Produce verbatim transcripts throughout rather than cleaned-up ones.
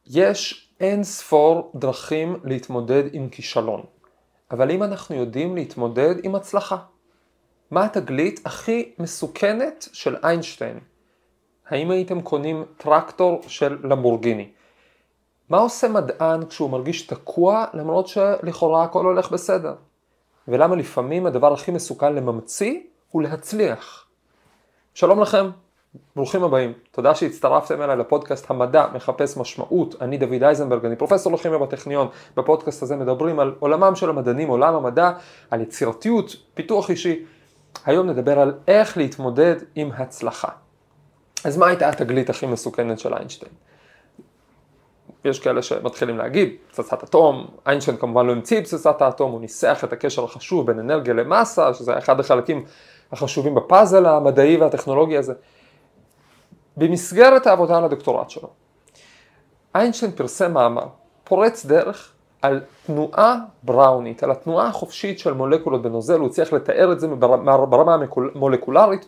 יש אין ספור דרכים להתמודד עם כישלון. אבל אם אנחנו יודעים להתמודד עם הצלחה, מה התגלית הכי מסוכנת של איינשטיין? האם הייתם קונים טרקטור של למבורגיני? מה עושה מדען כשהוא מרגיש תקוע למרות שלכאורה הכל הולך בסדר? ולמה לפעמים הדבר הכי מסוכן לממציא הוא להצליח? שלום לכם, ברוכים הבאים. תודה שהצטרפתם אליי לפודקאסט המדע מחפש משמעות. אני דוד אייזנברג, אני פרופסור לכימיה בטכניון. בפודקאסט הזה מדברים על עולמם של המדענים, עולם המדע, על יצירתיות, פיתוח אישי. היום נדבר על איך להתמודד עם הצלחה. אז מה הייתה התגלית הכי מסוכנת של איינשטיין? יש כאלה שמתחילים להגיד, פצצת אטום. איינשטיין כמובן לא המציא פצצת האטום, הוא ניסח את הקשר החשוב בין אנרגיה למסה, שזה אחד החלקים החשובים בפאזל המדעי והטכנולוגי הזה. במסגרת העבודה על הדוקטורט שלו, איינשטיין פרסם מאמר, פורץ דרך, על תנועה בראונית, על התנועה החופשית של מולקולות בנוזל. הוא צריך לתאר את זה ברמה המולקולרית.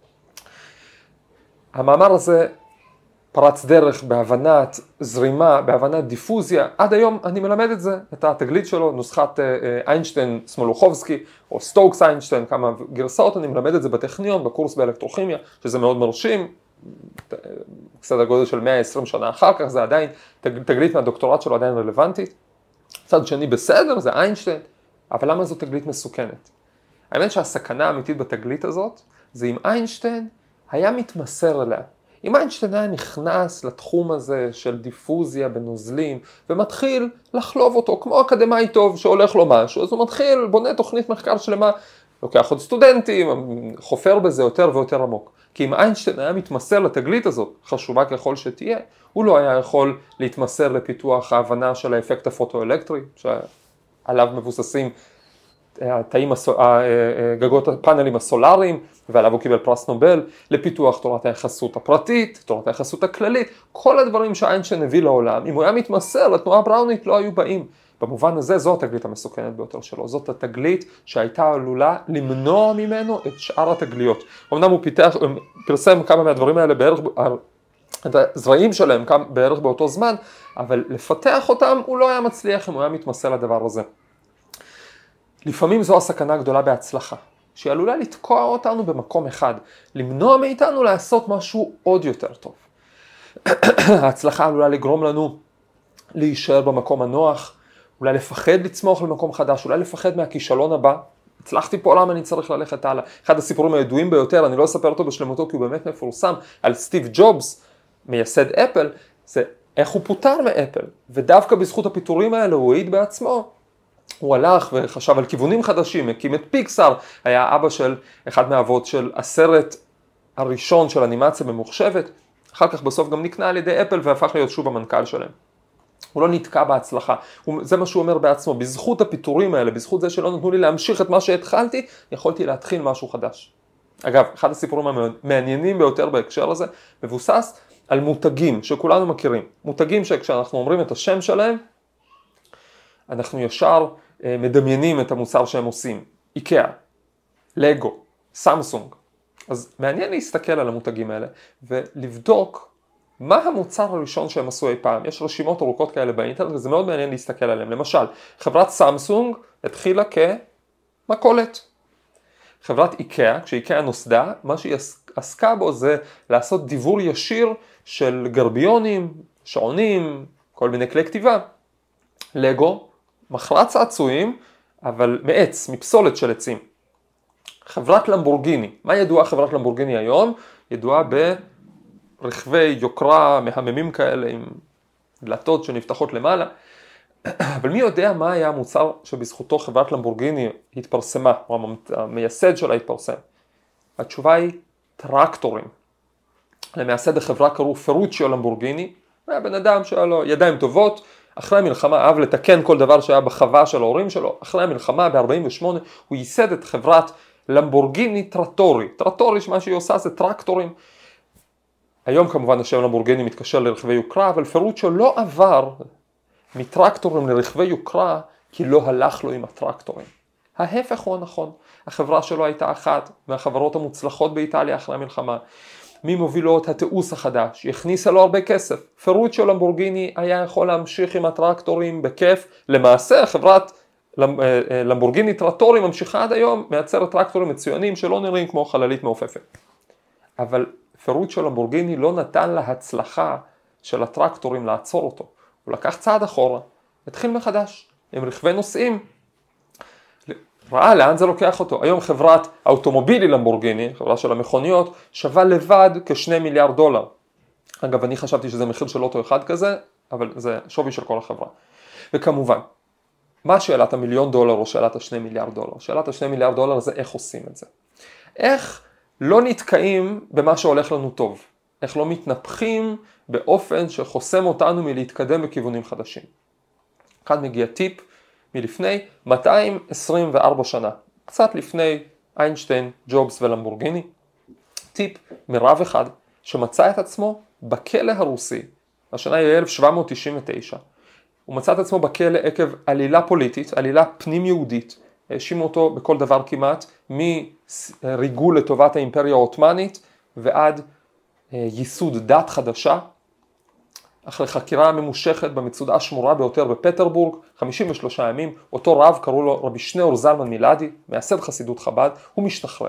המאמר הזה פרץ דרך בהבנת זרימה, בהבנת דיפוזיה. עד היום אני מלמד את זה, את התגלית שלו, נוסחת איינשטיין סמולוכובסקי, או סטוקס איינשטיין, כמה גרסאות. אני מלמד את זה בטכניון, בקורס באלקטרוכימיה, שזה מאוד מרשים. סדר גודל של מאה ועשרים שנה אחר כך, זה עדיין, תגלית מהדוקטורט שלו עדיין רלוונטית. צד שני בסדר, זה איינשטיין, אבל למה זו תגלית מסוכנת? האמת שהסכנה האמיתית בתגלית הזאת, זה אם איינשטיין היה מתמסר אליה. אם איינשטיין היה נכנס לתחום הזה של דיפוזיה בנוזלים, ומתחיל לחלוב אותו, כמו אקדמאי טוב שהולך לו משהו, אז הוא מתחיל, בונה תוכנית מחקר שלמה, לוקח עוד סטודנטים, חופר בזה יותר ויותר עמוק. כי אם איינשטיין היה מתמסר לתגלית הזאת, חשובה ככל שתהיה, הוא לא היה יכול להתמסר לפיתוח ההבנה של האפקט הפוטואלקטרי, שעליו מבוססים התאים, גגות הפאנלים הסולאריים, ועליו הוא קיבל פרס נובל, לפיתוח תורת היחסות הפרטית, תורת היחסות הכללית. כל הדברים שאיינשטיין הביא לעולם, אם הוא היה מתמסר לתנועה בראונית, לא היו באים. במובן הזה זו התגלית המסוכנת ביותר שלו. זאת התגלית שהייתה עלולה למנוע ממנו את שאר התגליות. אמנם הוא פיתח, פרסם כמה מהדברים האלה בערך, את הזרעים שלהם בערך באותו זמן, אבל לפתח אותם הוא לא היה מצליח אם הוא היה מתמסר לדבר הזה. לפעמים זו הסכנה הגדולה בהצלחה, שהיא עלולה לתקוע אותנו במקום אחד, למנוע מאיתנו לעשות משהו עוד יותר טוב. ההצלחה עלולה לגרום לנו להישאר במקום הנוח, אולי לפחד לצמוח למקום חדש, אולי לפחד מהכישלון הבא. הצלחתי פה, למה אני צריך ללכת הלאה? אחד הסיפורים הידועים ביותר, אני לא אספר אותו בשלמותו כי הוא באמת מפורסם, על סטיב ג'ובס, מייסד אפל, זה איך הוא פוטר מאפל. ודווקא בזכות הפיטורים האלה הוא העיד בעצמו. הוא הלך וחשב על כיוונים חדשים, הקים את פיקסאר, היה אבא של אחד מהאבות של הסרט הראשון של אנימציה ממוחשבת, אחר כך בסוף גם נקנה על ידי אפל והפך להיות שוב המנכ"ל שלהם. הוא לא נתקע בהצלחה, זה מה שהוא אומר בעצמו, בזכות הפיטורים האלה, בזכות זה שלא נתנו לי להמשיך את מה שהתחלתי, יכולתי להתחיל משהו חדש. אגב, אחד הסיפורים המעניינים ביותר בהקשר הזה, מבוסס על מותגים שכולנו מכירים. מותגים שכשאנחנו אומרים את השם שלהם, אנחנו ישר מדמיינים את המוצר שהם עושים. איקאה, לגו, סמסונג. אז מעניין להסתכל על המותגים האלה ולבדוק מה המוצר הראשון שהם עשו אי פעם. יש רשימות ארוכות כאלה באינטרנט וזה מאוד מעניין להסתכל עליהם. למשל, חברת סמסונג התחילה כמקולת. חברת איקאה, כשאיקאה נוסדה, מה שהיא עסקה בו זה לעשות דיוור ישיר של גרביונים, שעונים, כל מיני כלי כתיבה. לגו, מכרה צעצועים, אבל מעץ, מפסולת של עצים. חברת למבורגיני, מה ידועה חברת למבורגיני היום? ידועה ברכבי יוקרה מהממים כאלה עם דלתות שנפתחות למעלה. אבל מי יודע מה היה המוצר שבזכותו חברת למבורגיני התפרסמה, או המייסד שלה התפרסם? התשובה היא טרקטורים. למייסד החברה קראו פרוצ'יו למבורגיני, היה בן אדם שהיה לו ידיים טובות, אחרי המלחמה אהב לתקן כל דבר שהיה בחווה של ההורים שלו. אחרי המלחמה ב-ארבעים ושמונה הוא ייסד את חברת למבורגיני טרטורי. טרטורי שמה שהיא עושה זה טרקטורים. היום כמובן השם למבורגיני מתקשר לרכבי יוקרה, אבל פרוצ'ו לא עבר מטרקטורים לרכבי יוקרה כי לא הלך לו עם הטרקטורים. ההפך הוא הנכון. החברה שלו הייתה אחת מהחברות המוצלחות באיטליה אחרי המלחמה. ממובילות התיעוש החדש, יכניסה לו הרבה כסף. פרוצ'יו למבורגיני היה יכול להמשיך עם הטרקטורים בכיף, למעשה חברת למבורגיני טרטורי ממשיכה עד היום, מייצרת טרקטורים מצוינים שלא נראים כמו חללית מעופפת. אבל פרוצ'יו למבורגיני לא נתן להצלחה של הטרקטורים לעצור אותו. הוא לקח צעד אחורה, התחיל מחדש, עם רכבי נוסעים, ראה לאן זה לוקח אותו. היום חברת האוטומובילי למבורגיני, חברה של המכוניות, שווה לבד כשני מיליארד דולר. אגב, אני חשבתי שזה מחיר של אוטו אחד כזה, אבל זה שווי של כל החברה. וכמובן, מה שאלת המיליון דולר או שאלת השני מיליארד דולר? שאלת השני מיליארד דולר זה איך עושים את זה. איך לא נתקעים במה שהולך לנו טוב. איך לא מתנפחים באופן שחוסם אותנו מלהתקדם בכיוונים חדשים. כאן מגיע טיפ מלפני מאתיים עשרים וארבע שנה. קצת לפני איינשטיין, ג'ובס ולמבורגיני. טיפ מרב אחד שמצא את עצמו בכלא הרוסי. השנה היא אלף שבע מאות תשעים ותשע. הוא מצא את עצמו בכלא עקב עלילה פוליטית, עלילה פנים יהודית. האשימו אותו בכל דבר כמעט, מריגול לטובת האימפריה העות'מאנית ועד ייסוד דת חדשה. אחרי חקירה ממושכת במצודה השמורה ביותר בפטרבורג, חמישים ושלושה ימים, אותו רב קראו לו רבי שניאור זלמן מילדי, מייסד חסידות חב"ד, הוא משתחרר.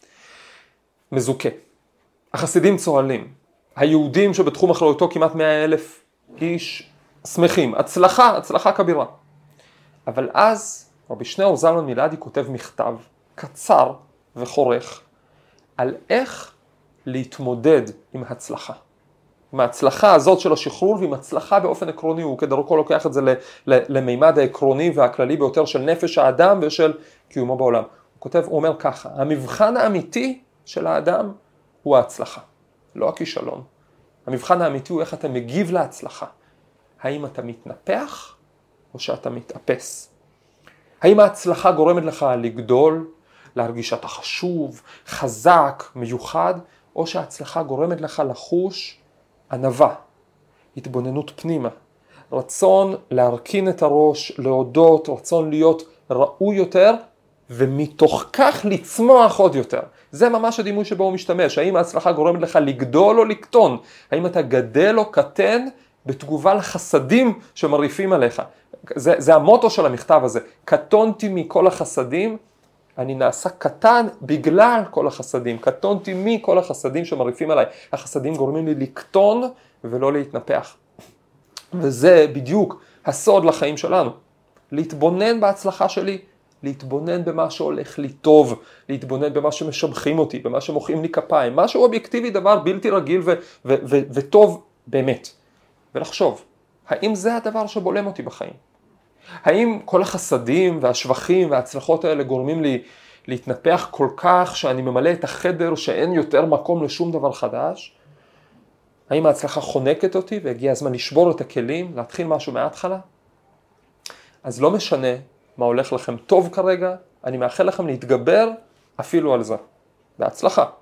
מזוכה. החסידים צוהלים. היהודים שבתחום אחריותו כמעט מאה אלף איש שמחים. הצלחה, הצלחה כבירה. אבל אז רבי שניאור זלמן מילדי כותב מכתב קצר וחורך על איך להתמודד עם הצלחה. עם ההצלחה הזאת של השחרור ועם הצלחה באופן עקרוני, הוא כדרכו לוקח את זה למימד העקרוני והכללי ביותר של נפש האדם ושל קיומו בעולם. הוא כותב, הוא אומר ככה, המבחן האמיתי של האדם הוא ההצלחה, לא הכישלון. המבחן האמיתי הוא איך אתה מגיב להצלחה. האם אתה מתנפח או שאתה מתאפס? האם ההצלחה גורמת לך לגדול, להרגיש שאתה חשוב, חזק, מיוחד, או שההצלחה גורמת לך לחוש ענווה, התבוננות פנימה, רצון להרכין את הראש, להודות, רצון להיות ראוי יותר, ומתוך כך לצמוח עוד יותר. זה ממש הדימוי שבו הוא משתמש. האם ההצלחה גורמת לך לגדול או לקטון? האם אתה גדל או קטן בתגובה לחסדים שמרעיפים עליך? זה, זה המוטו של המכתב הזה. קטונתי מכל החסדים, אני נעשה קטן בגלל כל החסדים. קטונתי מכל החסדים שמרעיפים עליי. החסדים גורמים לי לקטון ולא להתנפח. וזה בדיוק הסוד לחיים שלנו. להתבונן בהצלחה שלי, להתבונן במה שהולך לי טוב, להתבונן במה שמשבחים אותי, במה שמוחאים לי כפיים, משהו אובייקטיבי, דבר בלתי רגיל ו- ו- ו- וטוב באמת. ולחשוב, האם זה הדבר שבולם אותי בחיים? האם כל החסדים והשבחים וההצלחות האלה גורמים לי להתנפח כל כך שאני ממלא את החדר שאין יותר מקום לשום דבר חדש? האם ההצלחה חונקת אותי והגיע הזמן לשבור את הכלים, להתחיל משהו מההתחלה? אז לא משנה מה הולך לכם טוב כרגע, אני מאחל לכם להתגבר אפילו על זה. בהצלחה.